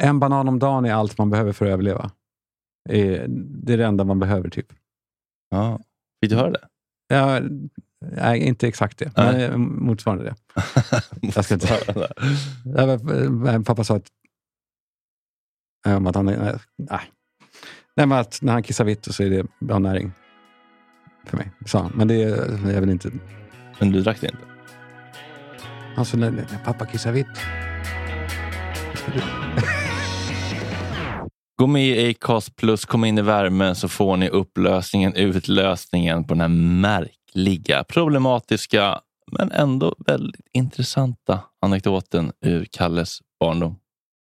en banan om dagen är allt man behöver för att överleva. Det är det enda man behöver typ. Ja, vill du höra det? Ja, nej, inte exakt det. Men motsvarande det. Jag ska inte. Pappa sa att han men att när han kissar vitt så är det bra näring för mig, sa han. Men det är väl inte. Men du drack det inte? Alltså när pappa kissar vitt. Gå med i Acast Plus, kom in i värmen så får ni utlösningen på den här märkliga, problematiska men ändå väldigt intressanta anekdoten ur Kalles barndom.